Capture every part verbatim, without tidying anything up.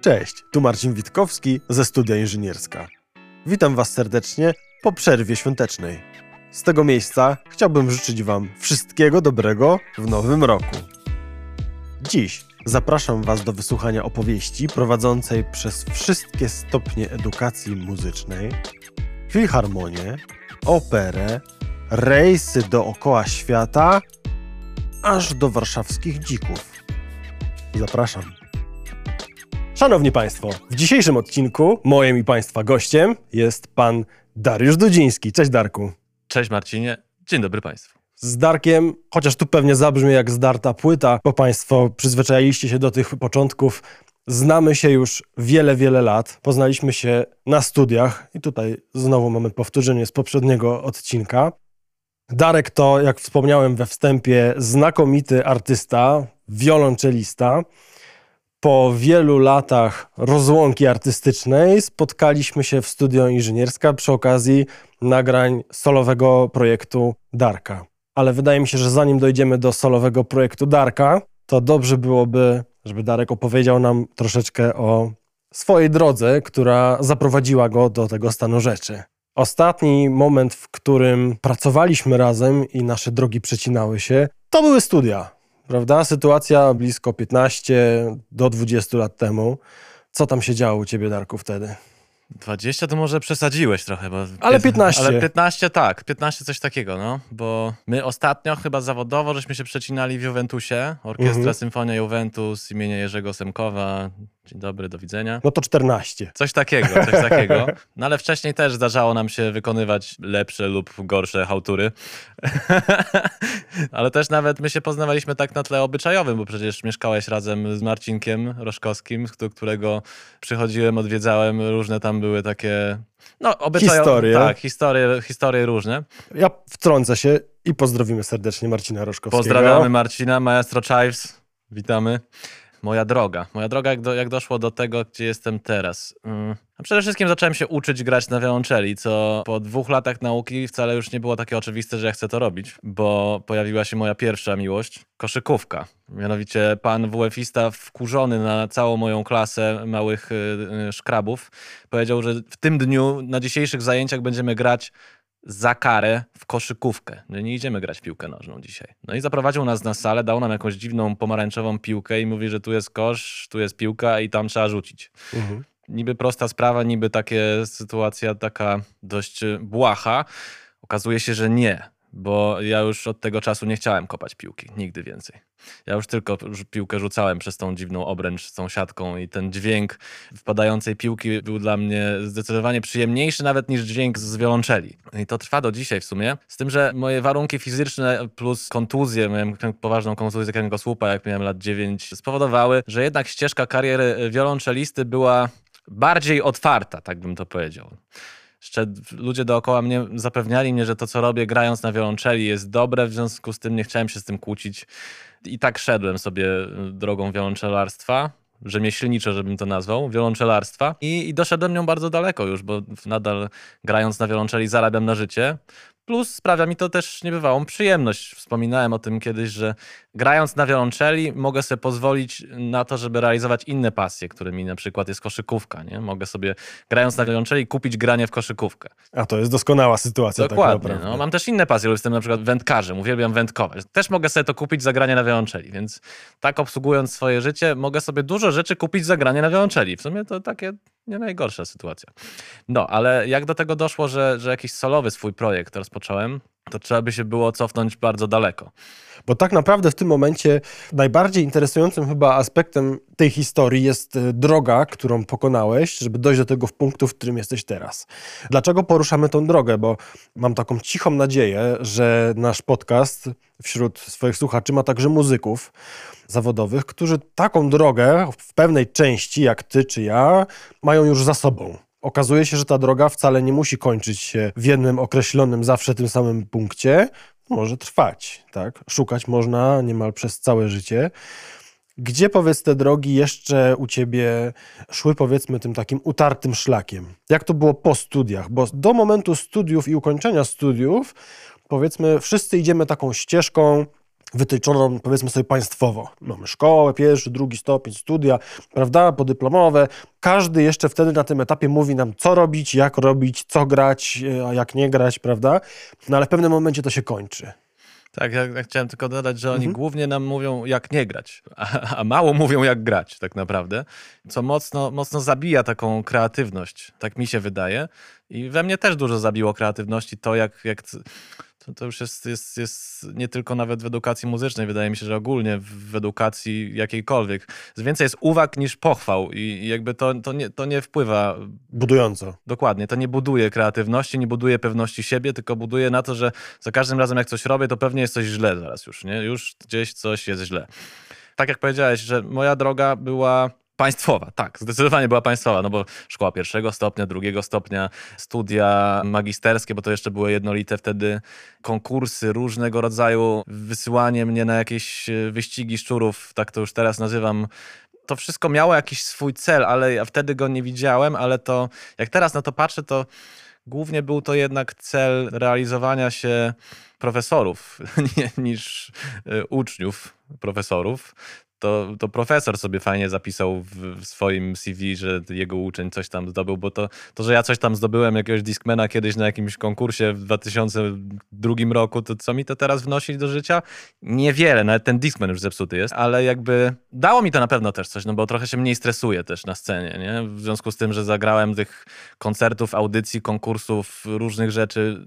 Cześć, tu Marcin Witkowski ze Studia Inżynierska. Witam Was serdecznie po przerwie świątecznej. Z tego miejsca chciałbym życzyć Wam wszystkiego dobrego w nowym roku. Dziś zapraszam Was do wysłuchania opowieści prowadzącej przez wszystkie stopnie edukacji muzycznej, filharmonię, operę, rejsy dookoła świata, aż do warszawskich dzików. Zapraszam. Szanowni Państwo, w dzisiejszym odcinku moim i Państwa gościem jest Pan Dariusz Dudziński. Cześć Darku. Cześć Marcinie, dzień dobry Państwu. Z Darkiem, chociaż tu pewnie zabrzmi jak zdarta płyta, bo Państwo przyzwyczailiście się do tych początków, znamy się już wiele, wiele lat. Poznaliśmy się na studiach i tutaj znowu mamy powtórzenie z poprzedniego odcinka. Darek to, jak wspomniałem we wstępie, znakomity artysta, wiolonczelista. Po wielu latach rozłąki artystycznej spotkaliśmy się w Studio Inżynierska przy okazji nagrań solowego projektu Darka. Ale wydaje mi się, że zanim dojdziemy do solowego projektu Darka, to dobrze byłoby, żeby Darek opowiedział nam troszeczkę o swojej drodze, która zaprowadziła go do tego stanu rzeczy. Ostatni moment, w którym pracowaliśmy razem i nasze drogi przecinały się, to były studia. Prawda? Sytuacja blisko piętnaście do dwudziestu lat temu. Co tam się działo u Ciebie, Darku, wtedy? dwadzieścia to może przesadziłeś trochę. Bo ale piętnaście. Ale piętnaście tak, piętnaście coś takiego, no. Bo my ostatnio chyba zawodowo żeśmy się przecinali w Juventusie. Orkiestra mhm. Symfonia Juventus imienia Jerzego Semkowa. Dzień dobry, do widzenia. No to czternaście. Coś takiego, coś takiego. No ale wcześniej też zdarzało nam się wykonywać lepsze lub gorsze chałtury. Ale też nawet my się poznawaliśmy tak na tle obyczajowym, bo przecież mieszkałeś razem z Marcinkiem Roszkowskim, do którego przychodziłem, odwiedzałem, różne tam były takie... No, obyczajowe. Historie. Tak, historie, historie różne. Ja wtrącę się i pozdrowimy serdecznie Marcina Roszkowskiego. Pozdrawiamy Marcina, Maestro Chives. Witamy. Moja droga. Moja droga, jak, do, jak doszło do tego, gdzie jestem teraz. Hmm. A przede wszystkim zacząłem się uczyć grać na wiolonczeli, co po dwóch latach nauki wcale już nie było takie oczywiste, że ja chcę to robić, bo pojawiła się moja pierwsza miłość, koszykówka. Mianowicie pan wuefista wkurzony na całą moją klasę małych yy, szkrabów powiedział, że w tym dniu na dzisiejszych zajęciach będziemy grać za karę w koszykówkę. No nie idziemy grać w piłkę nożną dzisiaj. No i zaprowadził nas na salę, dał nam jakąś dziwną pomarańczową piłkę i mówi, że tu jest kosz, tu jest piłka i tam trzeba rzucić. Mhm. Niby prosta sprawa, niby takie sytuacja taka dość błaha. Okazuje się, że nie, bo ja już od tego czasu nie chciałem kopać piłki. Nigdy więcej. Ja już tylko piłkę rzucałem przez tą dziwną obręcz z tą siatką i ten dźwięk wpadającej piłki był dla mnie zdecydowanie przyjemniejszy nawet niż dźwięk z wiolonczeli. I to trwa do dzisiaj w sumie. Z tym, że moje warunki fizyczne plus kontuzje, miałem poważną kontuzję kręgosłupa, jak miałem lat dziewięć, spowodowały, że jednak ścieżka kariery wiolonczelisty była bardziej otwarta, tak bym to powiedział. Jeszcze ludzie dookoła mnie zapewniali mnie, że to, co robię grając na wiolonczeli jest dobre, w związku z tym nie chciałem się z tym kłócić. I tak szedłem sobie drogą wiolonczelarstwa, rzemieślniczo, żebym to nazwał, wiolonczelarstwa. I, i doszedłem nią bardzo daleko już, bo nadal grając na wiolonczeli zarabiam na życie. Plus sprawia mi to też niebywałą przyjemność. Wspominałem o tym kiedyś, że grając na wiolonczeli mogę sobie pozwolić na to, żeby realizować inne pasje, którymi na przykład jest koszykówka. Nie? Mogę sobie grając na wiolonczeli kupić granie w koszykówkę. A to jest doskonała sytuacja. Dokładnie. Tak naprawdę. No, mam też inne pasje, jestem na przykład wędkarzem, uwielbiam wędkować. Też mogę sobie to kupić za granie na wiolonczeli, więc tak obsługując swoje życie mogę sobie dużo rzeczy kupić za granie na wiolonczeli. W sumie to takie nie najgorsza sytuacja. No, ale jak do tego doszło, że, że jakiś solowy swój projekt rozpocząłem, to trzeba by się było cofnąć bardzo daleko. Bo tak naprawdę w tym momencie najbardziej interesującym chyba aspektem tej historii jest droga, którą pokonałeś, żeby dojść do tego punktu, w którym jesteś teraz. Dlaczego poruszamy tą drogę? Bo mam taką cichą nadzieję, że nasz podcast wśród swoich słuchaczy ma także muzyków zawodowych, którzy taką drogę w pewnej części, jak ty czy ja, mają już za sobą. Okazuje się, że ta droga wcale nie musi kończyć się w jednym określonym, zawsze tym samym punkcie. Może trwać, tak? Szukać można niemal przez całe życie. Gdzie, powiedz, te drogi jeszcze u ciebie szły, powiedzmy, tym takim utartym szlakiem? Jak to było po studiach? Bo do momentu studiów i ukończenia studiów, powiedzmy, wszyscy idziemy taką ścieżką wytyczoną, powiedzmy sobie, państwowo. Mamy szkołę, pierwszy, drugi stopień, studia, prawda, podyplomowe. Każdy jeszcze wtedy na tym etapie mówi nam, co robić, jak robić, co grać, a jak nie grać, prawda? No ale w pewnym momencie to się kończy. Tak, ja, ja chciałem tylko dodać, że oni Mhm. głównie nam mówią, jak nie grać, a, a mało mówią, jak grać tak naprawdę, co mocno, mocno zabija taką kreatywność, tak mi się wydaje. I we mnie też dużo zabiło kreatywności to, jak... jak to, to już jest, jest, jest nie tylko nawet w edukacji muzycznej, wydaje mi się, że ogólnie w, w edukacji jakiejkolwiek. Więcej jest uwag niż pochwał i, i jakby to, to, nie, to nie wpływa... Budująco. Dokładnie, to nie buduje kreatywności, nie buduje pewności siebie, tylko buduje na to, że za każdym razem jak coś robię, to pewnie jest coś źle zaraz już, nie? Już gdzieś coś jest źle. Tak jak powiedziałeś, że moja droga była państwowa, tak, zdecydowanie była państwowa, no bo szkoła pierwszego stopnia, drugiego stopnia, studia magisterskie, bo to jeszcze były jednolite wtedy, konkursy różnego rodzaju, wysyłanie mnie na jakieś wyścigi szczurów, tak to już teraz nazywam. To wszystko miało jakiś swój cel, ale ja wtedy go nie widziałem, ale to jak teraz na to patrzę, to głównie był to jednak cel realizowania się profesorów nie, niż y, uczniów profesorów. To, to profesor sobie fajnie zapisał w, w swoim C V, że jego uczeń coś tam zdobył, bo to, to, że ja coś tam zdobyłem, jakiegoś Discmana kiedyś na jakimś konkursie w dwa tysiące drugim roku, to co mi to teraz wnosi do życia? Niewiele, nawet ten Discman już zepsuty jest, ale jakby dało mi to na pewno też coś, no bo trochę się mniej stresuję też na scenie, nie? W związku z tym, że zagrałem tych koncertów, audycji, konkursów, różnych rzeczy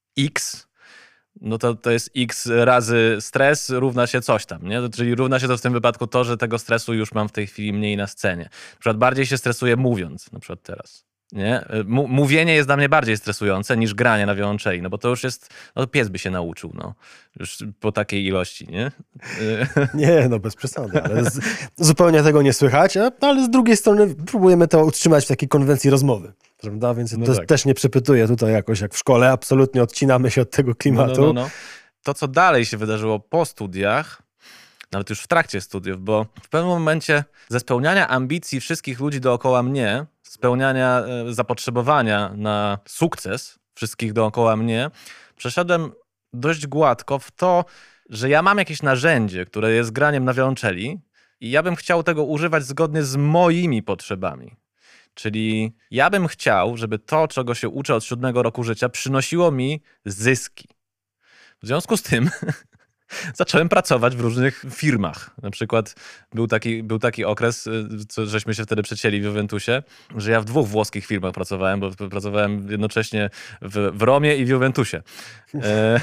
X, no to, to jest x razy stres równa się coś tam, nie? Czyli równa się to w tym wypadku to, że tego stresu już mam w tej chwili mniej na scenie. Na przykład bardziej się stresuję mówiąc, na przykład teraz. Nie? M- mówienie jest dla mnie bardziej stresujące niż granie na wiolonczeli, no bo to już jest, no pies by się nauczył, no. Już po takiej ilości, nie? Nie, no bez przesady, ale z, zupełnie tego nie słychać, a, ale z drugiej strony próbujemy to utrzymać w takiej konwencji rozmowy, prawda? Więc No to tak. też nie przepytuję tutaj jakoś jak w szkole, absolutnie odcinamy się od tego klimatu. No, no, no, no. To, co dalej się wydarzyło po studiach, nawet już w trakcie studiów, bo w pewnym momencie ze spełniania ambicji wszystkich ludzi dookoła mnie, spełniania e, zapotrzebowania na sukces wszystkich dookoła mnie, przeszedłem dość gładko w to, że ja mam jakieś narzędzie, które jest graniem na wiolonczeli i ja bym chciał tego używać zgodnie z moimi potrzebami. Czyli ja bym chciał, żeby to, czego się uczę od siódmego roku życia, przynosiło mi zyski. W związku z tym zacząłem pracować w różnych firmach. Na przykład był taki, był taki okres, co, żeśmy się wtedy przecięli w Juventusie, że ja w dwóch włoskich firmach pracowałem, bo pracowałem jednocześnie w, w Romie i w Juventusie. E,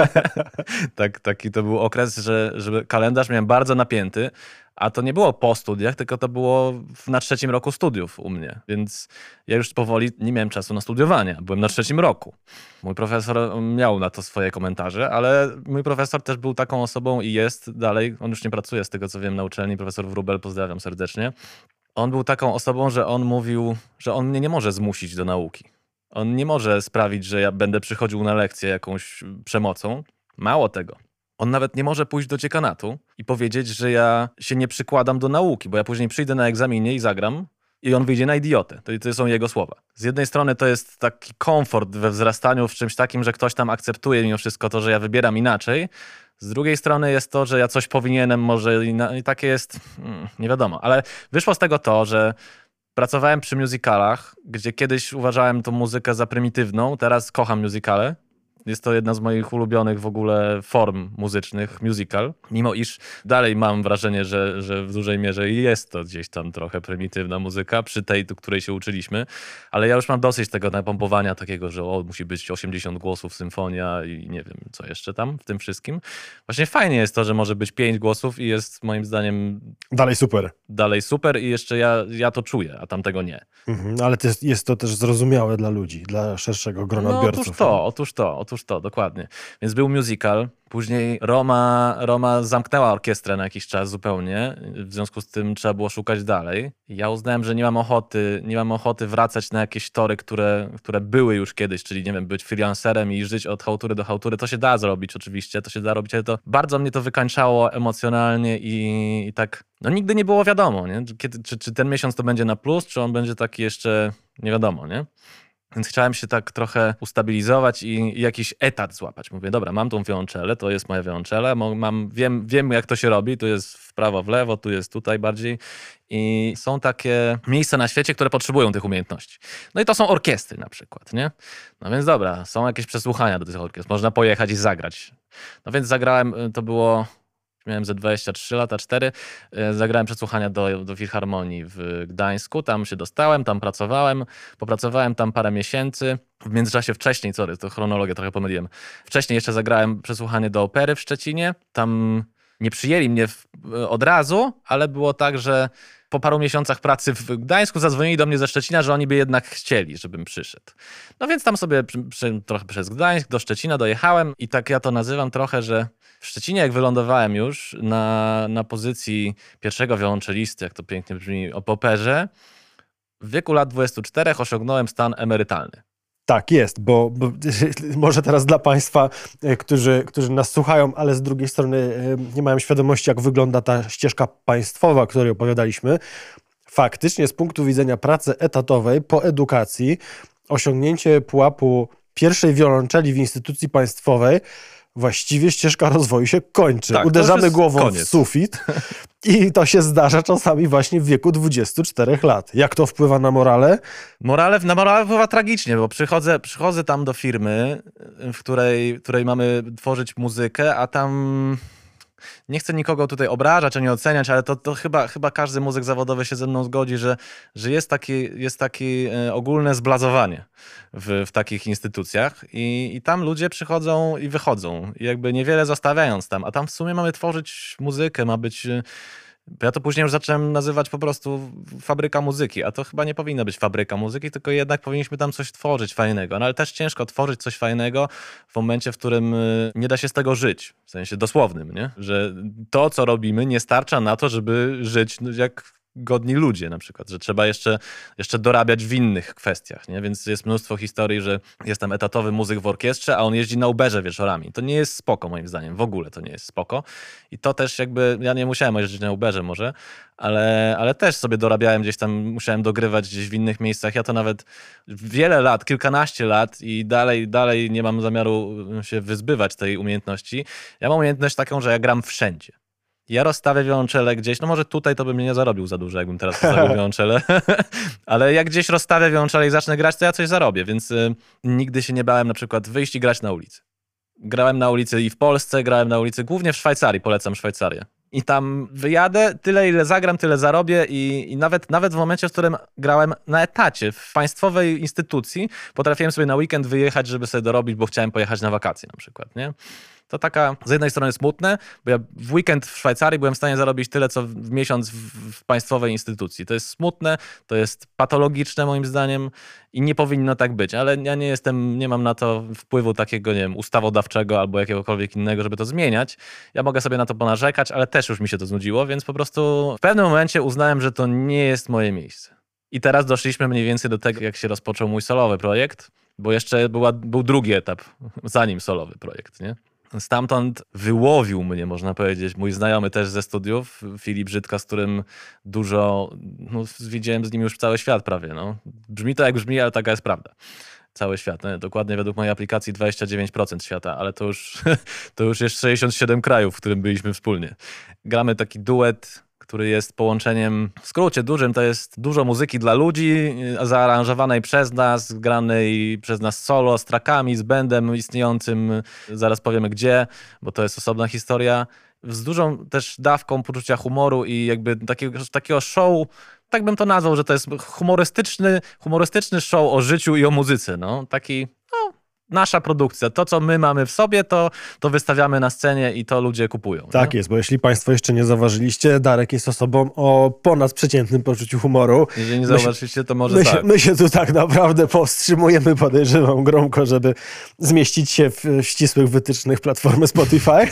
tak, taki to był okres, że, że kalendarz miałem bardzo napięty, a to nie było po studiach, tylko to było na trzecim roku studiów u mnie. Więc ja już powoli nie miałem czasu na studiowanie. Byłem na trzecim roku. Mój profesor miał na to swoje komentarze, ale mój profesor też był taką osobą i jest dalej, on już nie pracuje z tego co wiem na uczelni, profesor Wróbel, pozdrawiam serdecznie. On był taką osobą, że on mówił, że on mnie nie może zmusić do nauki. On nie może sprawić, że ja będę przychodził na lekcję jakąś przemocą. Mało tego. On nawet nie może pójść do dziekanatu i powiedzieć, że ja się nie przykładam do nauki, bo ja później przyjdę na egzaminie i zagram i on wyjdzie na idiotę. To, to są jego słowa. Z jednej strony to jest taki komfort we wzrastaniu w czymś takim, że ktoś tam akceptuje mimo wszystko to, że ja wybieram inaczej. Z drugiej strony jest to, że ja coś powinienem może i takie jest, hmm, nie wiadomo. Ale wyszło z tego to, że pracowałem przy musicalach, gdzie kiedyś uważałem tą muzykę za prymitywną, teraz kocham musicale. Jest to jedna z moich ulubionych w ogóle form muzycznych, musical. Mimo iż dalej mam wrażenie, że, że w dużej mierze jest to gdzieś tam trochę prymitywna muzyka, przy tej, której się uczyliśmy. Ale ja już mam dosyć tego napompowania takiego, że o, musi być osiemdziesiąt głosów, symfonia i nie wiem, co jeszcze tam w tym wszystkim. Właśnie fajnie jest to, że może być pięć głosów i jest moim zdaniem Dalej super. dalej super i jeszcze ja, ja to czuję, a tamtego nie. Mhm, ale to jest, jest to też zrozumiałe dla ludzi, dla szerszego grona No odbiorców. otóż to, otóż to, otóż to, dokładnie. Więc był musical, później Roma, Roma zamknęła orkiestrę na jakiś czas zupełnie, w związku z tym trzeba było szukać dalej. Ja uznałem, że nie mam ochoty, nie mam ochoty wracać na jakieś tory, które, które były już kiedyś, czyli nie wiem, być freelancerem i żyć od chałtury do chałtury. To się da zrobić oczywiście, to się da robić, ale to bardzo mnie to wykańczało emocjonalnie i, i tak, no nigdy nie było wiadomo, nie? Kiedy, czy, czy ten miesiąc to będzie na plus, czy on będzie taki jeszcze, nie wiadomo, nie? Więc chciałem się tak trochę ustabilizować i, i jakiś etat złapać. Mówię, dobra, mam tą wiolonczelę, to jest moja wiolonczela, mam, wiem, wiem jak to się robi, tu jest w prawo, w lewo, tu jest tutaj bardziej. I są takie miejsca na świecie, które potrzebują tych umiejętności. No i to są orkiestry na przykład, nie? No więc dobra, są jakieś przesłuchania do tych orkiestr, można pojechać i zagrać. No więc zagrałem, to było... Miałem ze dwadzieścia trzy lata, cztery. Zagrałem przesłuchania do, do Filharmonii w Gdańsku. Tam się dostałem, tam pracowałem. Popracowałem tam parę miesięcy. W międzyczasie wcześniej, sorry, to chronologię trochę pomyliłem. Wcześniej jeszcze zagrałem przesłuchanie do opery w Szczecinie. Tam nie przyjęli mnie w, od razu, ale było tak, że po paru miesiącach pracy w Gdańsku zadzwonili do mnie ze Szczecina, że oni by jednak chcieli, żebym przyszedł. No więc tam sobie przy, przy, trochę przez Gdańsk do Szczecina dojechałem i tak ja to nazywam trochę, że w Szczecinie jak wylądowałem już na, na pozycji pierwszego wiolonczelisty, jak to pięknie brzmi, o operze, w wieku lat dwudziestu czterech osiągnąłem stan emerytalny. Tak jest, bo, bo może teraz dla Państwa, którzy, którzy nas słuchają, ale z drugiej strony nie mają świadomości, jak wygląda ta ścieżka państwowa, o której opowiadaliśmy. Faktycznie z punktu widzenia pracy etatowej po edukacji osiągnięcie pułapu pierwszej wiolonczeli w instytucji państwowej właściwie ścieżka rozwoju się kończy. Tak, uderzamy głową koniec. w sufit i to się zdarza czasami właśnie w wieku dwudziestu czterech lat. Jak to wpływa na morale? Morale, na morale wpływa tragicznie, bo przychodzę, przychodzę tam do firmy, w której, w której mamy tworzyć muzykę, a tam... Nie chcę nikogo tutaj obrażać, ani oceniać, ale to, to chyba, chyba każdy muzyk zawodowy się ze mną zgodzi, że, że jest takie jest taki ogólne zblazowanie w, w takich instytucjach i, i tam ludzie przychodzą i wychodzą, i jakby niewiele zostawiając tam, a tam w sumie mamy tworzyć muzykę, ma być... Ja to później już zacząłem nazywać po prostu fabryka muzyki, a to chyba nie powinna być fabryka muzyki, tylko jednak powinniśmy tam coś tworzyć fajnego. No ale też ciężko tworzyć coś fajnego w momencie, w którym nie da się z tego żyć, w sensie dosłownym, nie? Że to, co robimy, nie starcza na to, żeby żyć jak godni ludzie na przykład, że trzeba jeszcze, jeszcze dorabiać w innych kwestiach, nie? Więc jest mnóstwo historii, że jest tam etatowy muzyk w orkiestrze, a on jeździ na Uberze wieczorami. To nie jest spoko moim zdaniem, w ogóle to nie jest spoko. I to też jakby, ja nie musiałem jeździć na Uberze może, ale, ale też sobie dorabiałem gdzieś tam, musiałem dogrywać gdzieś w innych miejscach. Ja to nawet wiele lat, kilkanaście lat i dalej, dalej nie mam zamiaru się wyzbywać tej umiejętności. Ja mam umiejętność taką, że ja gram wszędzie. Ja rozstawię wiolonczelę gdzieś, no może tutaj to bym nie zarobił za dużo, jakbym teraz rozstawił wiolonczelę, ale jak gdzieś rozstawię wiolonczelę i zacznę grać, to ja coś zarobię, więc y, nigdy się nie bałem na przykład wyjść i grać na ulicy. Grałem na ulicy i w Polsce, grałem na ulicy głównie w Szwajcarii, polecam Szwajcarię. I tam wyjadę, tyle ile zagram, tyle zarobię i, i nawet, nawet w momencie, w którym grałem na etacie w państwowej instytucji, potrafiłem sobie na weekend wyjechać, żeby sobie dorobić, bo chciałem pojechać na wakacje na przykład, nie? To taka z jednej strony smutne, bo ja w weekend w Szwajcarii byłem w stanie zarobić tyle, co w miesiąc w, w państwowej instytucji. To jest smutne, to jest patologiczne moim zdaniem i nie powinno tak być, ale ja nie jestem, nie mam na to wpływu takiego, nie wiem, ustawodawczego albo jakiegokolwiek innego, żeby to zmieniać. Ja mogę sobie na to ponarzekać, ale też już mi się to znudziło, więc po prostu w pewnym momencie uznałem, że to nie jest moje miejsce. I teraz doszliśmy mniej więcej do tego, jak się rozpoczął mój solowy projekt, bo jeszcze była, był drugi etap, zanim solowy projekt, nie? Stamtąd wyłowił mnie, można powiedzieć, mój znajomy też ze studiów, Filip Brzydka, z którym dużo, no, widziałem z nim już cały świat prawie. No. Brzmi to jak brzmi, ale taka jest prawda. Cały świat. No, dokładnie według mojej aplikacji dwadzieścia dziewięć procent świata, ale to już, to już jest sześćdziesiąt siedem krajów, w którym byliśmy wspólnie. Gramy taki duet, który jest połączeniem, w skrócie dużym, to jest dużo muzyki dla ludzi, zaaranżowanej przez nas, granej przez nas solo, z trackami, z bandem istniejącym, zaraz powiemy gdzie, bo to jest osobna historia, z dużą też dawką poczucia humoru i jakby takiego, takiego show, tak bym to nazwał, że to jest humorystyczny, humorystyczny show o życiu i o muzyce, no, taki, no, nasza produkcja. To, co my mamy w sobie, to, to wystawiamy na scenie i to ludzie kupują. Tak nie? Jest, bo jeśli Państwo jeszcze nie zauważyliście, Darek jest osobą o ponadprzeciętnym poczuciu humoru. Jeżeli nie zauważyliście, to może my tak. Się, my się tu tak naprawdę powstrzymujemy, podejrzewam gromko, żeby zmieścić się w ścisłych wytycznych platformy Spotify.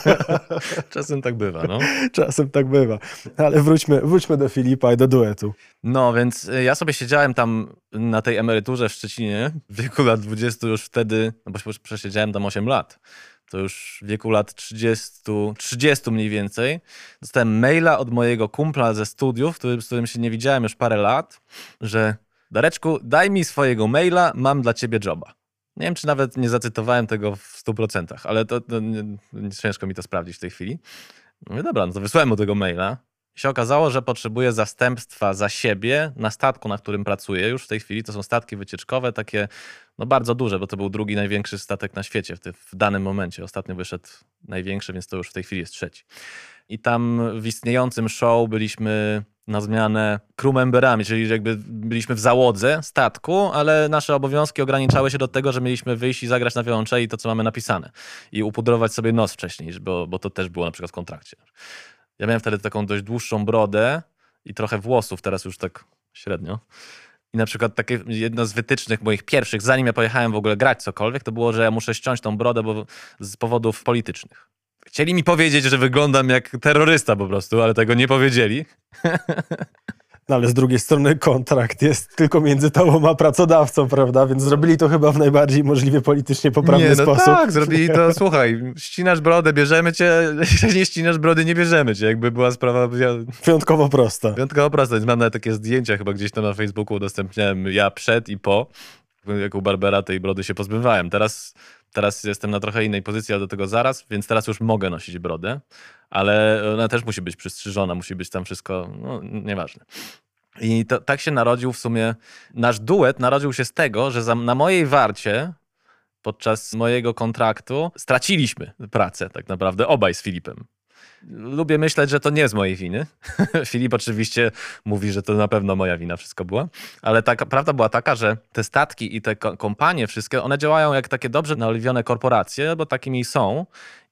Czasem tak bywa, no. Czasem tak bywa. Ale wróćmy, wróćmy do Filipa i do duetu. No, więc ja sobie siedziałem tam na tej emeryturze w Szczecinie w wieku lat dwudziestu już wtedy, no bo przesiedziałem tam osiem lat. To już w wieku lat trzydziestu, trzydziestu mniej więcej. Dostałem maila od mojego kumpla ze studiów, który, z którym się nie widziałem już parę lat, że Dareczku, daj mi swojego maila, mam dla ciebie joba. Nie wiem, czy nawet nie zacytowałem tego w stu procentach, ale to, to nie, nie, ciężko mi to sprawdzić w tej chwili. Mówię, dobra, no to wysłałem mu tego maila. I się okazało, że potrzebuje zastępstwa za siebie na statku, na którym pracuję już w tej chwili. To są statki wycieczkowe, takie no bardzo duże, bo to był drugi największy statek na świecie w, ty, w danym momencie. Ostatnio wyszedł największy, więc to już w tej chwili jest trzeci. I tam w istniejącym show byliśmy na zmianę crewmemberami, czyli jakby byliśmy w załodze statku, ale nasze obowiązki ograniczały się do tego, że mieliśmy wyjść i zagrać na wiolonczeli to, co mamy napisane. I upudrować sobie nos wcześniej, bo, bo to też było na przykład w kontrakcie. Ja miałem wtedy taką dość dłuższą brodę i trochę włosów, teraz już tak średnio. I na przykład takie jedno z wytycznych moich pierwszych, zanim ja pojechałem w ogóle grać cokolwiek, to było, że ja muszę ściąć tą brodę bo z powodów politycznych. Chcieli mi powiedzieć, że wyglądam jak terrorysta po prostu, ale tego nie powiedzieli. No ale z drugiej strony kontrakt jest tylko między tobą a pracodawcą, prawda? Więc zrobili to chyba w najbardziej możliwie politycznie poprawny nie, no sposób. tak, zrobili to, słuchaj, ścinasz brodę, bierzemy cię, nie ścinasz brody, nie bierzemy cię. Jakby była sprawa wyjątkowo prosta. Wyjątkowo prosta. Mam nawet takie zdjęcia, chyba gdzieś tam na Facebooku udostępniałem ja przed i po. Jak u Barbera tej brody się pozbywałem. Teraz, teraz jestem na trochę innej pozycji, ale do tego zaraz, więc teraz już mogę nosić brodę, ale ona też musi być przystrzyżona, musi być tam wszystko, no nieważne. I to, tak się narodził w sumie, nasz duet narodził się z tego, że za, na mojej warcie podczas mojego kontraktu straciliśmy pracę tak naprawdę, obaj z Filipem. Lubię myśleć, że to nie z mojej winy. Filip oczywiście mówi, że to na pewno moja wina wszystko była, ale taka, prawda była taka, że te statki i te kompanie wszystkie, one działają jak takie dobrze naoliwione korporacje, bo takimi są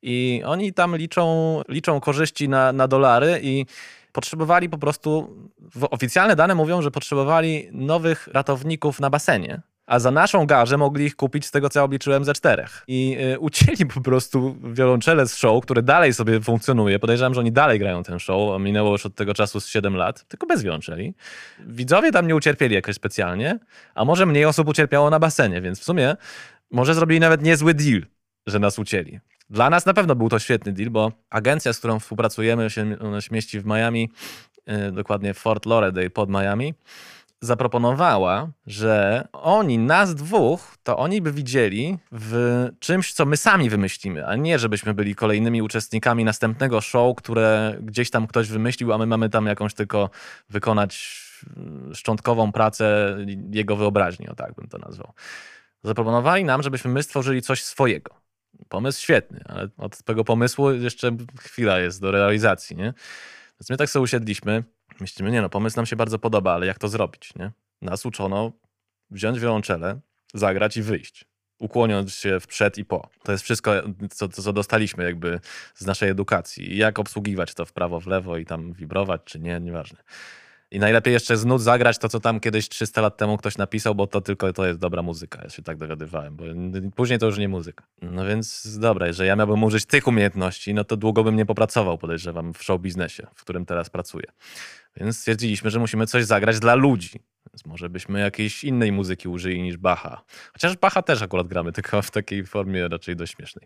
i oni tam liczą, liczą korzyści na, na dolary i potrzebowali po prostu, oficjalne dane mówią, że potrzebowali nowych ratowników na basenie. A za naszą garzę mogli ich kupić z tego, co ja obliczyłem, ze czterech. I y, ucięli po prostu wiolonczele z show, które dalej sobie funkcjonuje. Podejrzewam, że oni dalej grają ten show, a minęło już od tego czasu z siedem lat, tylko bez wiolonczeli. Widzowie tam nie ucierpieli jakoś specjalnie, a może mniej osób ucierpiało na basenie, więc w sumie może zrobili nawet niezły deal, że nas ucięli. Dla nas na pewno był to świetny deal, bo agencja, z którą współpracujemy, się, ona się mieści w Miami, y, dokładnie w Fort Lauderdale pod Miami, zaproponowała, że oni, nas dwóch, to oni by widzieli w czymś, co my sami wymyślimy, a nie żebyśmy byli kolejnymi uczestnikami następnego show, które gdzieś tam ktoś wymyślił, a my mamy tam jakąś tylko wykonać szczątkową pracę jego wyobraźni, o tak bym to nazwał. Zaproponowali nam, żebyśmy my stworzyli coś swojego. Pomysł świetny, ale od tego pomysłu jeszcze chwila jest do realizacji, nie? Więc my tak sobie usiedliśmy, myślimy, nie no, pomysł nam się bardzo podoba, ale jak to zrobić, nie? Nas uczono wziąć wiolonczelę, zagrać i wyjść. Ukłoniąc się w przed i po. To jest wszystko, co, co dostaliśmy jakby z naszej edukacji. Jak obsługiwać to w prawo, w lewo i tam wibrować, czy nie, nieważne. I najlepiej jeszcze z nut zagrać to, co tam kiedyś trzysta lat temu ktoś napisał, bo to tylko to jest dobra muzyka. Ja się tak dowiadywałem, bo później to już nie muzyka. No więc dobra, jeżeli ja miałbym użyć tych umiejętności, no to długo bym nie popracował, podejrzewam, w show biznesie, w którym teraz pracuję. Więc stwierdziliśmy, że musimy coś zagrać dla ludzi. Więc może byśmy jakiejś innej muzyki użyli niż Bacha. Chociaż Bacha też akurat gramy, tylko w takiej formie raczej dość śmiesznej.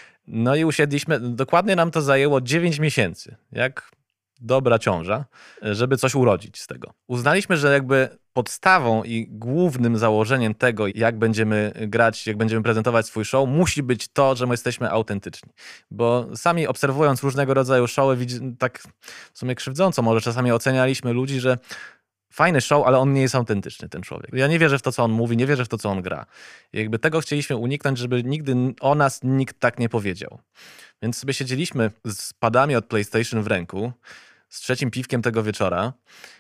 No i usiedliśmy, dokładnie nam to zajęło dziewięć miesięcy. Jak dobra ciąża, żeby coś urodzić z tego. Uznaliśmy, że jakby podstawą i głównym założeniem tego, jak będziemy grać, jak będziemy prezentować swój show, musi być to, że my jesteśmy autentyczni. Bo sami obserwując różnego rodzaju showy, tak w sumie krzywdząco może czasami ocenialiśmy ludzi, że fajny show, ale on nie jest autentyczny, ten człowiek. Ja nie wierzę w to, co on mówi, nie wierzę w to, co on gra. I jakby tego chcieliśmy uniknąć, żeby nigdy o nas nikt tak nie powiedział. Więc sobie siedzieliśmy z padami od PlayStation w ręku, z trzecim piwkiem tego wieczora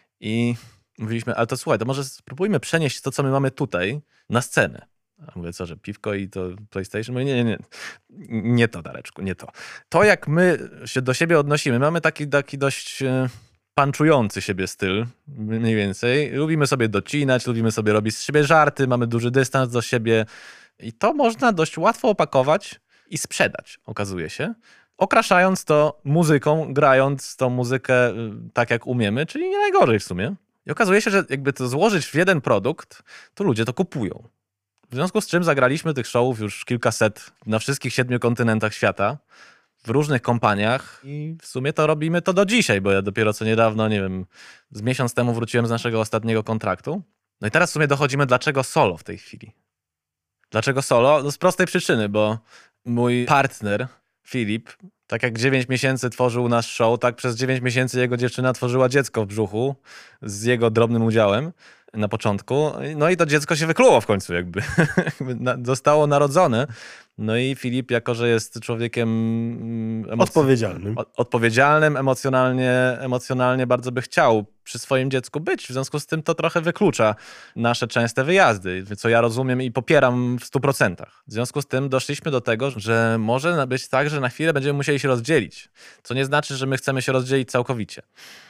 i mówiliśmy, ale to słuchaj, to może spróbujmy przenieść to, co my mamy tutaj, na scenę. A mówię, co, że piwko i to PlayStation? Mówię, nie, nie, nie. Nie to, Dareczku, nie to. To, jak my się do siebie odnosimy, mamy taki, taki dość panczujący siebie styl, mniej więcej. Lubimy sobie docinać, lubimy sobie robić z siebie żarty, mamy duży dystans do siebie i to można dość łatwo opakować i sprzedać, okazuje się. Okraszając to muzyką, grając tą muzykę tak, jak umiemy, czyli nie najgorzej w sumie. I okazuje się, że jakby to złożyć w jeden produkt, to ludzie to kupują. W związku z czym zagraliśmy tych showów już kilkaset na wszystkich siedmiu kontynentach świata, w różnych kompaniach i w sumie to robimy to do dzisiaj, bo ja dopiero co niedawno, nie wiem, z miesiąc temu wróciłem z naszego ostatniego kontraktu. No i teraz w sumie dochodzimy, dlaczego solo w tej chwili. Dlaczego solo? No z prostej przyczyny, bo mój partner, Filip, tak jak dziewięć miesięcy tworzył nasz show, tak przez dziewięć miesięcy jego dziewczyna tworzyła dziecko w brzuchu z jego drobnym udziałem na początku. No i to dziecko się wykluło w końcu jakby. Zostało narodzone. No i Filip, jako że jest człowiekiem emoc... odpowiedzialnym, odpowiedzialnym emocjonalnie, emocjonalnie bardzo by chciał przy swoim dziecku być. W związku z tym to trochę wyklucza nasze częste wyjazdy, co ja rozumiem i popieram w stu procentach. W związku z tym doszliśmy do tego, że może być tak, że na chwilę będziemy musieli się rozdzielić. Co nie znaczy, że my chcemy się rozdzielić całkowicie.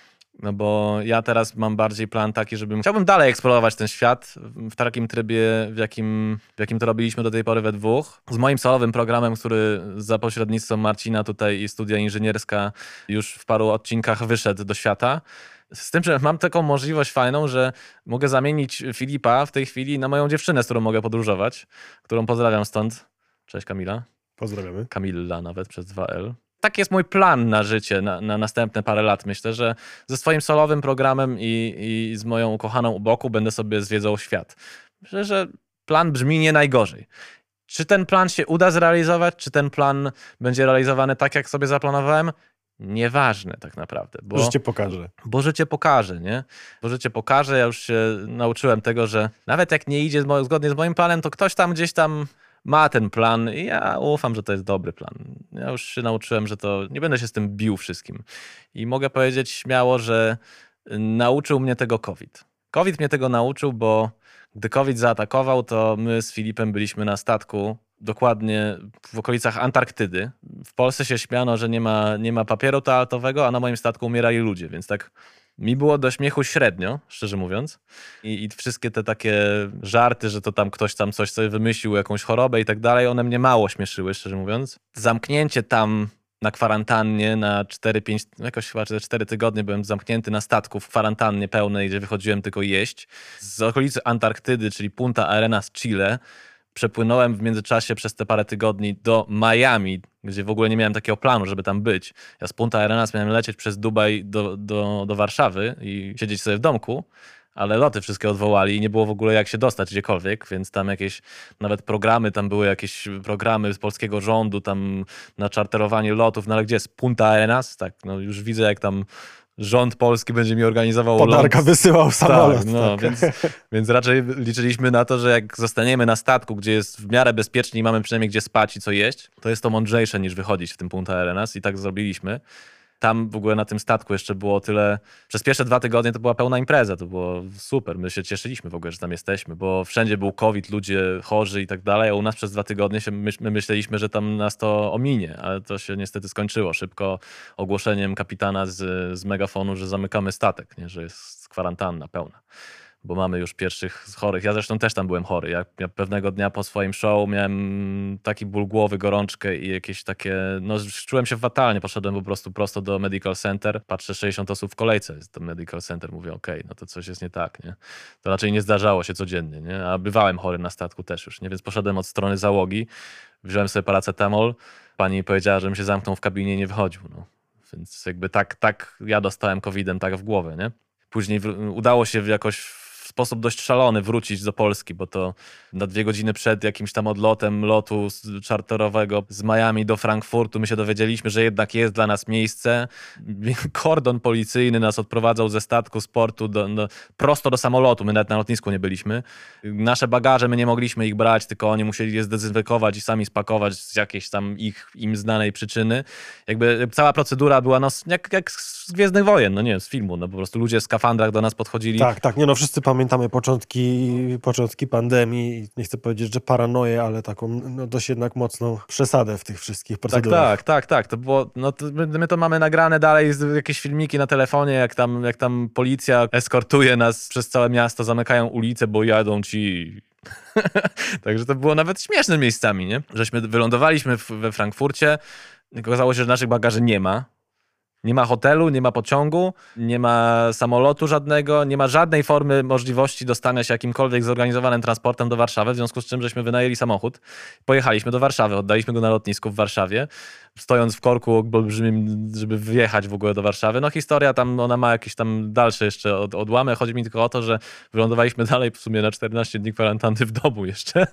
No bo ja teraz mam bardziej plan taki, żebym... Chciałbym dalej eksplorować ten świat w takim trybie, w jakim, w jakim to robiliśmy do tej pory we dwóch. Z moim solowym programem, który za pośrednictwem Marcina tutaj i Studia Inżynierska już w paru odcinkach wyszedł do świata. Z tym, że mam taką możliwość fajną, że mogę zamienić Filipa w tej chwili na moją dziewczynę, z którą mogę podróżować, którą pozdrawiam stąd. Cześć Kamila. Pozdrawiamy. Kamilla nawet przez dwa L. Taki jest mój plan na życie, na, na następne parę lat. Myślę, że ze swoim solowym programem i, i z moją ukochaną u boku będę sobie zwiedzał świat. Myślę, że plan brzmi nie najgorzej. Czy ten plan się uda zrealizować? Czy ten plan będzie realizowany tak, jak sobie zaplanowałem? Nieważne tak naprawdę. Bo życie pokaże. Bo życie pokaże, nie? Bo życie pokaże. Ja już się nauczyłem tego, że nawet jak nie idzie zgodnie z moim planem, to ktoś tam gdzieś tam ma ten plan i ja ufam, że to jest dobry plan. Ja już się nauczyłem, że to nie będę się z tym bił wszystkim. I mogę powiedzieć śmiało, że nauczył mnie tego COVID. COVID mnie tego nauczył, bo gdy COVID zaatakował, to my z Filipem byliśmy na statku dokładnie w okolicach Antarktydy. W Polsce się śmiano, że nie ma, nie ma papieru toaletowego, a na moim statku umierali ludzie, więc tak mi było do śmiechu średnio, szczerze mówiąc. I, I wszystkie te takie żarty, że to tam ktoś tam coś sobie wymyślił, jakąś chorobę i tak dalej, one mnie mało śmieszyły, szczerze mówiąc. Zamknięcie tam na kwarantannie na cztery pięć, jakoś chyba cztery tygodnie byłem zamknięty na statku w kwarantannie pełnej, gdzie wychodziłem tylko jeść. Z okolicy Antarktydy, czyli Punta Arenas, Chile, przepłynąłem w międzyczasie przez te parę tygodni do Miami, gdzie w ogóle nie miałem takiego planu, żeby tam być. Ja z Punta Arenas miałem lecieć przez Dubaj do, do, do Warszawy i siedzieć sobie w domku, ale loty wszystkie odwołali i nie było w ogóle jak się dostać gdziekolwiek, więc tam jakieś nawet programy, tam były jakieś programy z polskiego rządu tam na czarterowanie lotów, no ale gdzie jest Punta Arenas? Tak, no już widzę jak tam rząd polski będzie mi organizował Podarka lot. wysyłał samolot. Tak, no, tak. Więc, więc raczej liczyliśmy na to, że jak zostaniemy na statku, gdzie jest w miarę bezpiecznie i mamy przynajmniej gdzie spać i co jeść, to jest to mądrzejsze niż wychodzić w tym Punta Arenas i tak zrobiliśmy. Tam w ogóle na tym statku jeszcze było tyle... Przez pierwsze dwa tygodnie to była pełna impreza, to było super. My się cieszyliśmy w ogóle, że tam jesteśmy, bo wszędzie był COVID, ludzie chorzy i tak dalej, a u nas przez dwa tygodnie się my, my myśleliśmy, że tam nas to ominie, ale to się niestety skończyło szybko ogłoszeniem kapitana z, z megafonu, że zamykamy statek, nie? Że jest kwarantanna pełna. Bo mamy już pierwszych chorych. Ja zresztą też tam byłem chory. Ja, ja pewnego dnia po swoim show miałem taki ból głowy, gorączkę i jakieś takie... No czułem się fatalnie. Poszedłem po prostu prosto do Medical Center. Patrzę, sześćdziesiąt osób w kolejce jest do Medical Center. Mówię, okej, okay, no to coś jest nie tak, nie? To raczej nie zdarzało się codziennie, nie? A bywałem chory na statku też już, nie? Więc poszedłem od strony załogi. Wziąłem sobie paracetamol. Pani powiedziała, żebym się zamknął w kabinie i nie wychodził, no. Więc jakby tak, tak ja dostałem kowidem tak w głowę, nie? Później udało się jakoś w sposób dość szalony wrócić do Polski, bo to na dwie godziny przed jakimś tam odlotem lotu czarterowego z Miami do Frankfurtu my się dowiedzieliśmy, że jednak jest dla nas miejsce. Kordon policyjny nas odprowadzał ze statku z portu do, do, prosto do samolotu. My nawet na lotnisku nie byliśmy. Nasze bagaże, my nie mogliśmy ich brać, tylko oni musieli je zdezynfekować i sami spakować z jakiejś tam ich, im znanej przyczyny. Jakby cała procedura była no, jak, jak z Gwiezdnych Wojen, no nie wiem, z filmu. No po prostu ludzie w skafandrach do nas podchodzili. Tak, tak, nie no, wszyscy pamiętamy początki, początki pandemii. Nie chcę powiedzieć, że paranoję, ale taką no, dość jednak mocną przesadę w tych wszystkich procedurach. Tak, tak, tak, tak. To było, no to my, my to mamy nagrane dalej, jakieś filmiki na telefonie, jak tam, jak tam policja eskortuje nas przez całe miasto, zamykają ulice, bo jadą ci... Także to było nawet śmieszne miejscami, nie? Żeśmy wylądowaliśmy w, we Frankfurcie, okazało się, że naszych bagaży nie ma. Nie ma hotelu, nie ma pociągu, nie ma samolotu żadnego, nie ma żadnej formy możliwości dostania się jakimkolwiek zorganizowanym transportem do Warszawy, w związku z czym żeśmy wynajęli samochód, pojechaliśmy do Warszawy, oddaliśmy go na lotnisku w Warszawie, stojąc w korku olbrzymim, żeby wjechać w ogóle do Warszawy. No historia tam, ona ma jakieś tam dalsze jeszcze od, odłamy. Chodzi mi tylko o to, że wylądowaliśmy dalej w sumie na czternaście dni kwarantanny w domu jeszcze.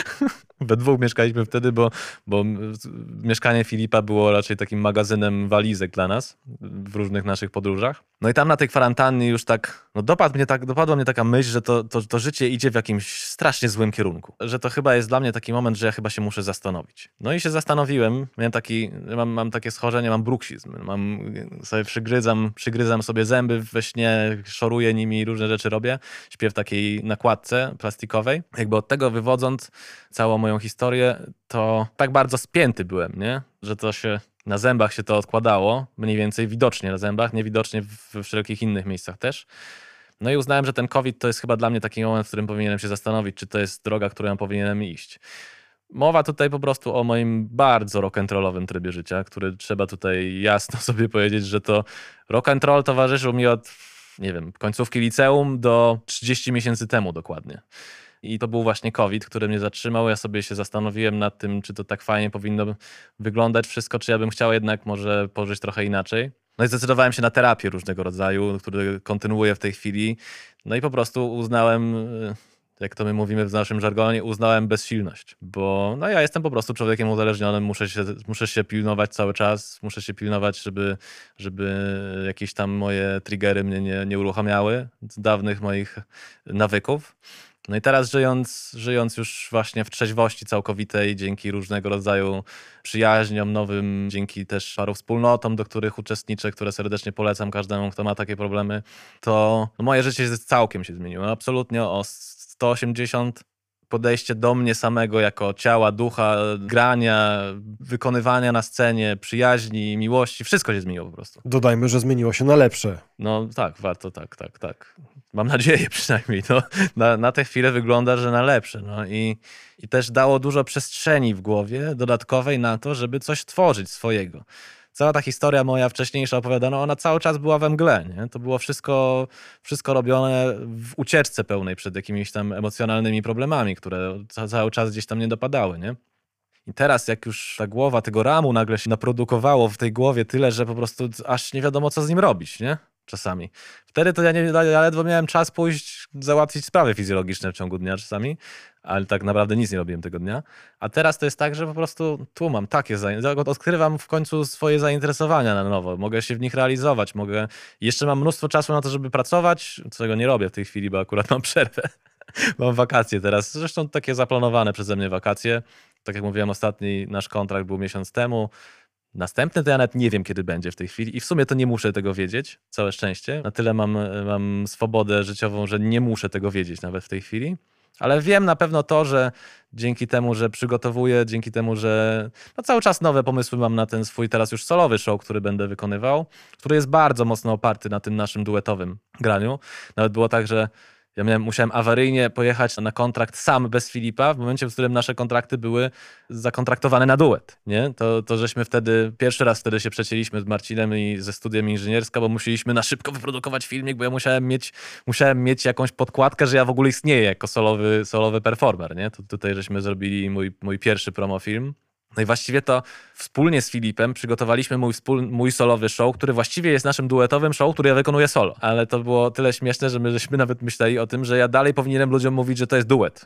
We dwóch mieszkaliśmy wtedy, bo, bo mieszkanie Filipa było raczej takim magazynem walizek dla nas w różnych naszych podróżach. No i tam na tej kwarantannie już tak, no dopadł mnie tak, dopadła mnie taka myśl, że to, to, to życie idzie w jakimś strasznie złym kierunku. Że to chyba jest dla mnie taki moment, że ja chyba się muszę zastanowić. No i się zastanowiłem, miałem taki, mam, mam takie schorzenie, mam bruksizm. Mam, sobie przygryzam, przygryzam sobie zęby we śnie, szoruję nimi, różne rzeczy robię. Śpię w takiej nakładce plastikowej. Jakby od tego wywodząc całą moją historię, to tak bardzo spięty byłem, nie? Że to się na zębach się to odkładało, mniej więcej widocznie na zębach, niewidocznie we wszelkich innych miejscach też. No i uznałem, że ten COVID to jest chyba dla mnie taki moment, w którym powinienem się zastanowić, czy to jest droga, którą ja powinienem iść. Mowa tutaj po prostu o moim bardzo rock'n'rollowym trybie życia, który trzeba tutaj jasno sobie powiedzieć, że to rock'n'roll towarzyszył mi od, nie wiem, końcówki liceum do trzydziestu miesięcy temu dokładnie. I to był właśnie COVID, który mnie zatrzymał. Ja sobie się zastanowiłem nad tym, czy to tak fajnie powinno wyglądać wszystko, czy ja bym chciał jednak może pożyć trochę inaczej. No i zdecydowałem się na terapię różnego rodzaju, który kontynuuję w tej chwili. No i po prostu uznałem, jak to my mówimy w naszym żargonie, uznałem bezsilność. Bo no ja jestem po prostu człowiekiem uzależnionym, muszę się, muszę się pilnować cały czas, muszę się pilnować, żeby, żeby jakieś tam moje triggery mnie nie, nie uruchamiały z dawnych moich nawyków. No i teraz żyjąc, żyjąc już właśnie w trzeźwości całkowitej, dzięki różnego rodzaju przyjaźniom nowym, dzięki też paru wspólnotom, do których uczestniczę, które serdecznie polecam każdemu, kto ma takie problemy, to no moje życie całkiem się zmieniło. Absolutnie o sto osiemdziesiąt podejście do mnie samego jako ciała, ducha, grania, wykonywania na scenie, przyjaźni, miłości, wszystko się zmieniło po prostu. Dodajmy, że zmieniło się na lepsze. No tak, warto, tak, tak, tak. Mam nadzieję przynajmniej. No, na, na tę chwilę wygląda, że na lepsze. No i, i też dało dużo przestrzeni w głowie dodatkowej na to, żeby coś tworzyć swojego. Cała ta historia moja wcześniejsza opowiadana, ona cały czas była we mgle, nie? To było wszystko, wszystko robione w ucieczce pełnej przed jakimiś tam emocjonalnymi problemami, które ca- cały czas gdzieś tam nie dopadały, nie? I teraz jak już ta głowa tego ramu nagle się naprodukowało w tej głowie tyle, że po prostu aż nie wiadomo, co z nim robić, nie? Czasami. Wtedy to ja, nie, ja ledwo miałem czas pójść załatwić sprawy fizjologiczne w ciągu dnia czasami, ale tak naprawdę nic nie robiłem tego dnia. A teraz to jest tak, że po prostu tu mam takie, odkrywam w końcu swoje zainteresowania na nowo. Mogę się w nich realizować, mogę... Jeszcze mam mnóstwo czasu na to, żeby pracować, czego nie robię w tej chwili, bo akurat mam przerwę. Mam wakacje teraz, zresztą takie zaplanowane przeze mnie wakacje. Tak jak mówiłem, ostatni nasz kontrakt był miesiąc temu. Następny to ja nawet nie wiem, kiedy będzie w tej chwili i w sumie to nie muszę tego wiedzieć, całe szczęście. Na tyle mam, mam swobodę życiową, że nie muszę tego wiedzieć nawet w tej chwili. Ale wiem na pewno to, że dzięki temu, że przygotowuję, dzięki temu, że no cały czas nowe pomysły mam na ten swój teraz już solowy show, który będę wykonywał, który jest bardzo mocno oparty na tym naszym duetowym graniu. Nawet było tak, że ja miałem, musiałem awaryjnie pojechać na kontrakt sam bez Filipa w momencie, w którym nasze kontrakty były zakontraktowane na duet. Nie? To, to żeśmy wtedy, pierwszy raz wtedy się przecięliśmy z Marcinem i ze studiem inżynierska, bo musieliśmy na szybko wyprodukować filmik, bo ja musiałem mieć, musiałem mieć jakąś podkładkę, że ja w ogóle istnieję jako solowy, solowy performer. Nie? To tutaj żeśmy zrobili mój, mój pierwszy promofilm. No i właściwie to wspólnie z Filipem przygotowaliśmy mój, wspól, mój solowy show, który właściwie jest naszym duetowym show, który ja wykonuję solo. Ale to było tyle śmieszne, że my żeśmy nawet myśleli o tym, że ja dalej powinienem ludziom mówić, że to jest duet.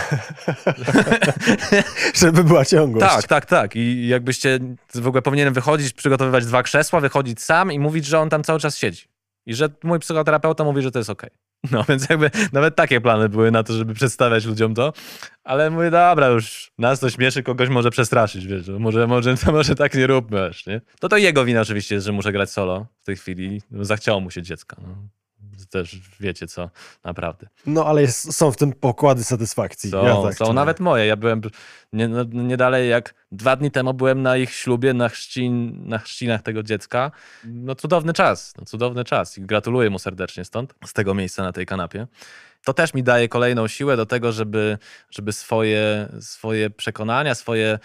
Żeby była ciągłość. Tak, tak, tak. I jakbyście w ogóle powinienem wychodzić, przygotowywać dwa krzesła, wychodzić sam i mówić, że on tam cały czas siedzi. I że mój psychoterapeuta mówi, że to jest okej. No więc jakby nawet takie plany były na to, żeby przedstawiać ludziom to. Ale mówię, dobra, już nas to śmieszy, kogoś może przestraszyć, wiesz, może, może, to może tak nie róbmy aż, nie? To to jego wina oczywiście jest, że muszę grać solo w tej chwili. Zachciało mu się dziecka, no. Też wiecie co, naprawdę. No ale jest, są w tym pokłady satysfakcji. Są, ja tak są nawet moje. Ja byłem nie, no, nie dalej jak dwa dni temu byłem na ich ślubie, na, chrzcin, na chrzcinach tego dziecka. No cudowny czas, no, cudowny czas i gratuluję mu serdecznie stąd, z tego miejsca na tej kanapie. To też mi daje kolejną siłę do tego, żeby, żeby swoje, swoje przekonania, swoje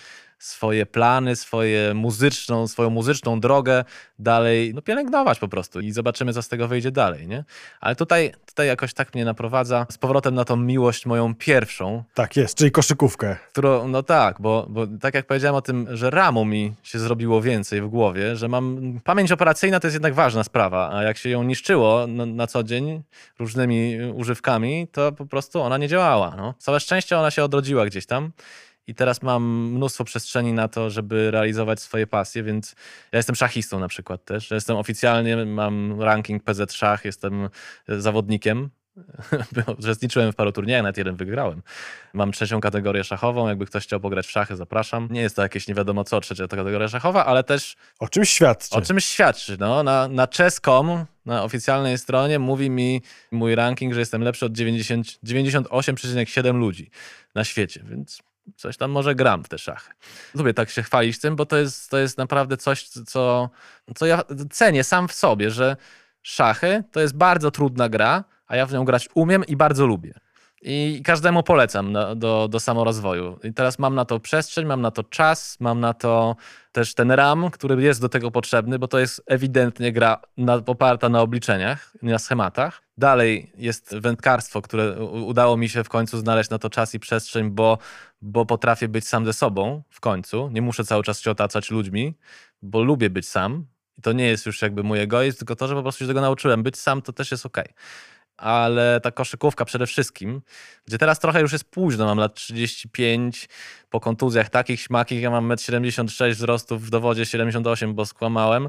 swoje plany, swoje muzyczną, swoją muzyczną drogę dalej no, pielęgnować po prostu i zobaczymy, co z tego wyjdzie dalej, nie? Ale tutaj, tutaj jakoś tak mnie naprowadza z powrotem na tą miłość moją pierwszą. Tak jest, czyli koszykówkę. Którą, no tak, bo, bo tak jak powiedziałem o tym, że ramu mi się zrobiło więcej w głowie, że mam... Pamięć operacyjna to jest jednak ważna sprawa, a jak się ją niszczyło na, na co dzień różnymi używkami, to po prostu ona nie działała. No. Całe szczęście ona się odrodziła gdzieś tam. I teraz mam mnóstwo przestrzeni na to, żeby realizować swoje pasje, więc ja jestem szachistą na przykład też. Ja jestem oficjalnie, mam ranking P Z Szach, jestem zawodnikiem. Uczestniczyłem w paru turniejach, nawet jeden wygrałem. Mam trzecią kategorię szachową, jakby ktoś chciał pograć w szachy, zapraszam. Nie jest to jakieś nie wiadomo co, trzecia kategoria szachowa, ale też... O czymś świadczy. O czymś świadczy, no. Na, na chess kropka com, na oficjalnej stronie mówi mi mój ranking, że jestem lepszy od dziewięćdziesiąt osiem przecinek siedem ludzi na świecie, więc... Coś tam może gram w te szachy. Lubię tak się chwalić tym, bo to jest, to jest naprawdę coś, co, co ja cenię sam w sobie, że szachy to jest bardzo trudna gra, a ja w nią grać umiem i bardzo lubię. I każdemu polecam do, do, do samorozwoju. I teraz mam na to przestrzeń, mam na to czas, mam na to też ten RAM, który jest do tego potrzebny, bo to jest ewidentnie gra na, oparta na obliczeniach, na schematach. Dalej jest wędkarstwo, które udało mi się w końcu znaleźć na to czas i przestrzeń, bo, bo potrafię być sam ze sobą w końcu. Nie muszę cały czas się otaczać ludźmi, bo lubię być sam. I to nie jest już jakby mój egoizm, tylko to, że po prostu się tego nauczyłem. Być sam to też jest okej. Ale ta koszykówka przede wszystkim, gdzie teraz trochę już jest późno, mam lat trzydzieści pięć, po kontuzjach takich śmakich, ja mam metr siedemdziesiąt sześć wzrostu, w dowodzie siedemdziesiąt osiem, bo skłamałem,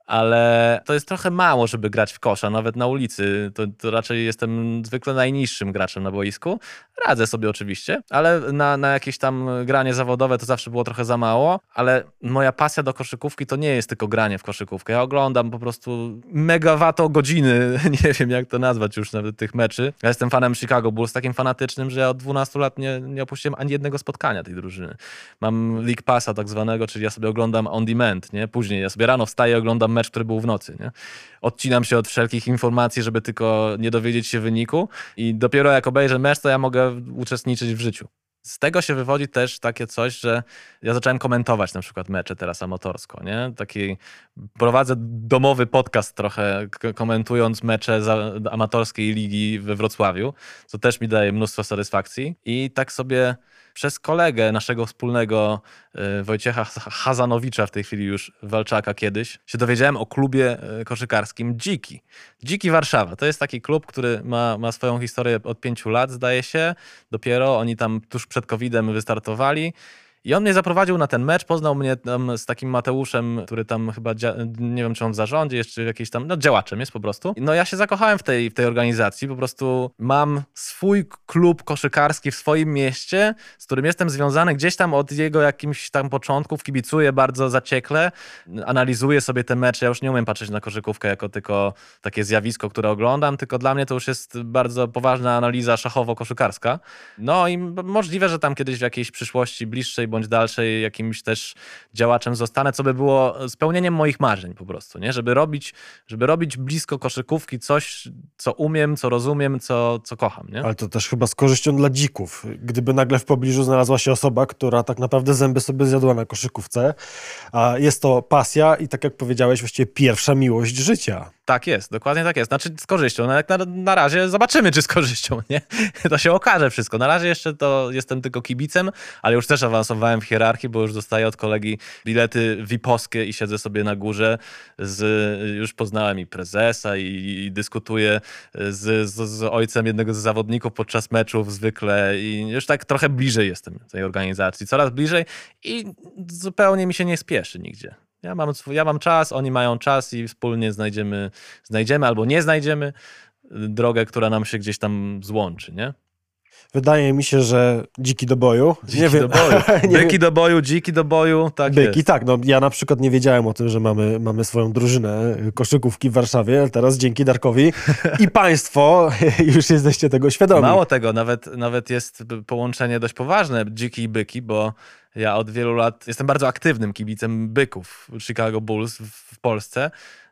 ale to jest trochę mało, żeby grać w kosza, nawet na ulicy. To, to raczej jestem zwykle najniższym graczem na boisku. Radzę sobie oczywiście, ale na, na jakieś tam granie zawodowe to zawsze było trochę za mało, ale moja pasja do koszykówki to nie jest tylko granie w koszykówkę. Ja oglądam po prostu megawato godziny, nie wiem jak to nazwać już nawet tych meczy. Ja jestem fanem Chicago Bulls, takim fanatycznym, że ja od dwunastu lat nie, nie opuściłem ani jednego spotkania tej drużyny. Mam League Passa tak zwanego, czyli ja sobie oglądam on demand, nie? Później ja sobie rano wstaję i oglądam mecz, który był w nocy, nie? Odcinam się od wszelkich informacji, żeby tylko nie dowiedzieć się wyniku i dopiero jak obejrzę mecz, to ja mogę uczestniczyć w życiu. Z tego się wywodzi też takie coś, że ja zacząłem komentować na przykład mecze teraz amatorsko, nie? Taki prowadzę domowy podcast trochę komentując mecze z amatorskiej ligi we Wrocławiu, co też mi daje mnóstwo satysfakcji i tak sobie przez kolegę naszego wspólnego Wojciecha Hazanowicza, w tej chwili już Walczaka kiedyś, się dowiedziałem o klubie koszykarskim Dziki. Dziki Warszawa. To jest taki klub, który ma, ma swoją historię od pięciu lat, zdaje się. Dopiero oni tam tuż przed kowidem wystartowali. I on mnie zaprowadził na ten mecz, poznał mnie tam z takim Mateuszem, który tam chyba, nie wiem czy on w zarządzie, jeszcze jakiś tam, no działaczem jest po prostu. No ja się zakochałem w tej, w tej organizacji, po prostu mam swój klub koszykarski w swoim mieście, z którym jestem związany gdzieś tam od jego jakimś tam początków, kibicuję bardzo zaciekle, analizuję sobie te mecze, ja już nie umiem patrzeć na koszykówkę jako tylko takie zjawisko, które oglądam, tylko dla mnie to już jest bardzo poważna analiza szachowo-koszykarska. No i możliwe, że tam kiedyś w jakiejś przyszłości bliższej bądź dalszej jakimś też działaczem zostanę, co by było spełnieniem moich marzeń po prostu, nie? Żeby robić, żeby robić blisko koszykówki coś, co umiem, co rozumiem, co, co kocham, nie? Ale to też chyba z korzyścią dla dzików. Gdyby nagle w pobliżu znalazła się osoba, która tak naprawdę zęby sobie zjadła na koszykówce, a jest to pasja i tak jak powiedziałeś, właściwie pierwsza miłość życia. Tak jest, dokładnie tak jest. Znaczy z korzyścią. No jak na, na razie zobaczymy, czy z korzyścią, nie? To się okaże wszystko. Na razie jeszcze to jestem tylko kibicem, ale już też awansowałem w hierarchii, bo już dostaję od kolegi bilety V I P-owskie i siedzę sobie na górze. Z, już poznałem i prezesa i, i dyskutuję z, z, z ojcem jednego z zawodników podczas meczów zwykle i już tak trochę bliżej jestem tej organizacji. Coraz bliżej i zupełnie mi się nie spieszy nigdzie. Ja mam, ja mam czas, oni mają czas i wspólnie znajdziemy, znajdziemy albo nie znajdziemy drogę, która nam się gdzieś tam złączy, nie? Wydaje mi się, że dziki do boju. Dziki nie do wiem. boju. nie Byki wiem. do boju, dziki do boju, tak Byki, jest. tak. No, ja na przykład nie wiedziałem o tym, że mamy, mamy swoją drużynę koszykówki w Warszawie, ale teraz dzięki Darkowi i państwo już jesteście tego świadomi. Mało tego, nawet, nawet jest połączenie dość poważne, dziki i byki, bo ja od wielu lat jestem bardzo aktywnym kibicem byków Chicago Bulls w, w Polsce.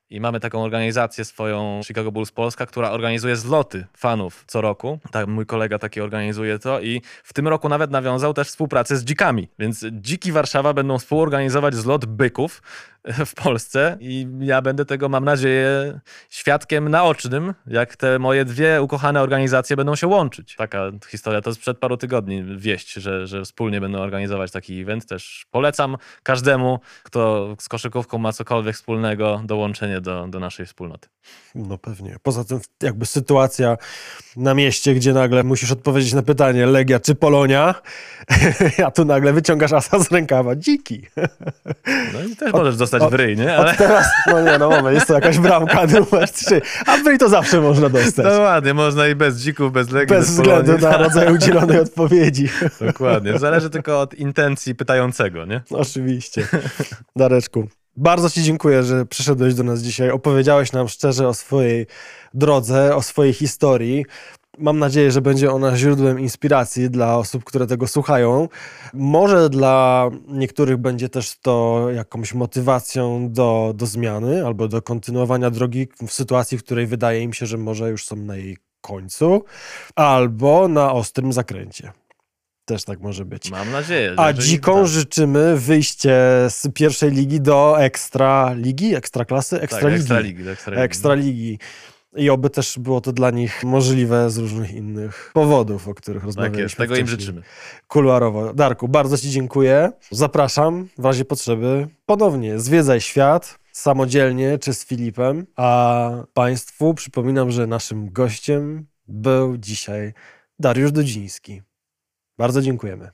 I mamy taką organizację swoją, Chicago Bulls Polska, która organizuje zloty fanów co roku. Tak, mój kolega taki organizuje to i w tym roku nawet nawiązał też współpracę z dzikami. Więc Dziki Warszawa będą współorganizować zlot byków w Polsce i ja będę tego, mam nadzieję, świadkiem naocznym, jak te moje dwie ukochane organizacje będą się łączyć. Taka historia to sprzed paru tygodni wieść, że, że wspólnie będą organizować taki event. Też polecam każdemu, kto z koszykówką ma cokolwiek wspólnego, dołączenie do, do naszej wspólnoty. No pewnie. Poza tym jakby sytuacja na mieście, gdzie nagle musisz odpowiedzieć na pytanie Legia czy Polonia, a tu nagle wyciągasz asa z rękawa. Dziki. No i też możesz dostać od, w ryj, nie? Ale... Od teraz, no nie, no moment, jest to jakaś bramka numer trzy, a w ryj to zawsze można dostać. No ładnie, można i bez dzików, bez Legii, bez bez względu Polonii. na rodzaj udzielonej odpowiedzi. Dokładnie. Zależy tylko od intencji pytającego, nie? Oczywiście. Dareczku, bardzo ci dziękuję, że przyszedłeś do nas dzisiaj. Opowiedziałeś nam szczerze o swojej drodze, o swojej historii. Mam nadzieję, że będzie ona źródłem inspiracji dla osób, które tego słuchają. Może dla niektórych będzie też to jakąś motywacją do, do zmiany albo do kontynuowania drogi w sytuacji, w której wydaje im się, że może już są na jej końcu, albo na ostrym zakręcie. Też tak może być. Mam nadzieję. Że A jeżeli dzikom tak. życzymy wyjście z pierwszej ligi do ekstra ligi, ekstra klasy, ekstra Tak, ligi. ekstraligi, do ekstraligi. Ekstraligi. I oby też było to dla nich możliwe z różnych innych powodów, o których Tak rozmawialiśmy jest, tego im wcześniej. życzymy. Kuluarowo. Darku, bardzo ci dziękuję. Zapraszam w razie potrzeby ponownie. Zwiedzaj świat samodzielnie czy z Filipem. A państwu przypominam, że naszym gościem był dzisiaj Dariusz Dudziński. Bardzo dziękujemy.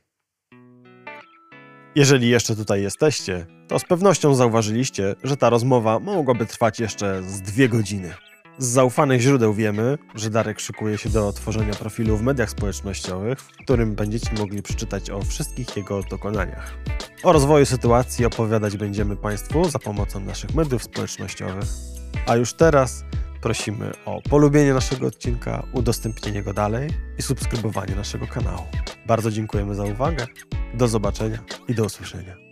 Jeżeli jeszcze tutaj jesteście, to z pewnością zauważyliście, że ta rozmowa mogłaby trwać jeszcze z dwie godziny. Z zaufanych źródeł wiemy, że Darek szykuje się do tworzenia profilu w mediach społecznościowych, w którym będziecie mogli przeczytać o wszystkich jego dokonaniach. O rozwoju sytuacji opowiadać będziemy Państwu za pomocą naszych mediów społecznościowych. A już teraz prosimy o polubienie naszego odcinka, udostępnienie go dalej i subskrybowanie naszego kanału. Bardzo dziękujemy za uwagę. Do zobaczenia i do usłyszenia.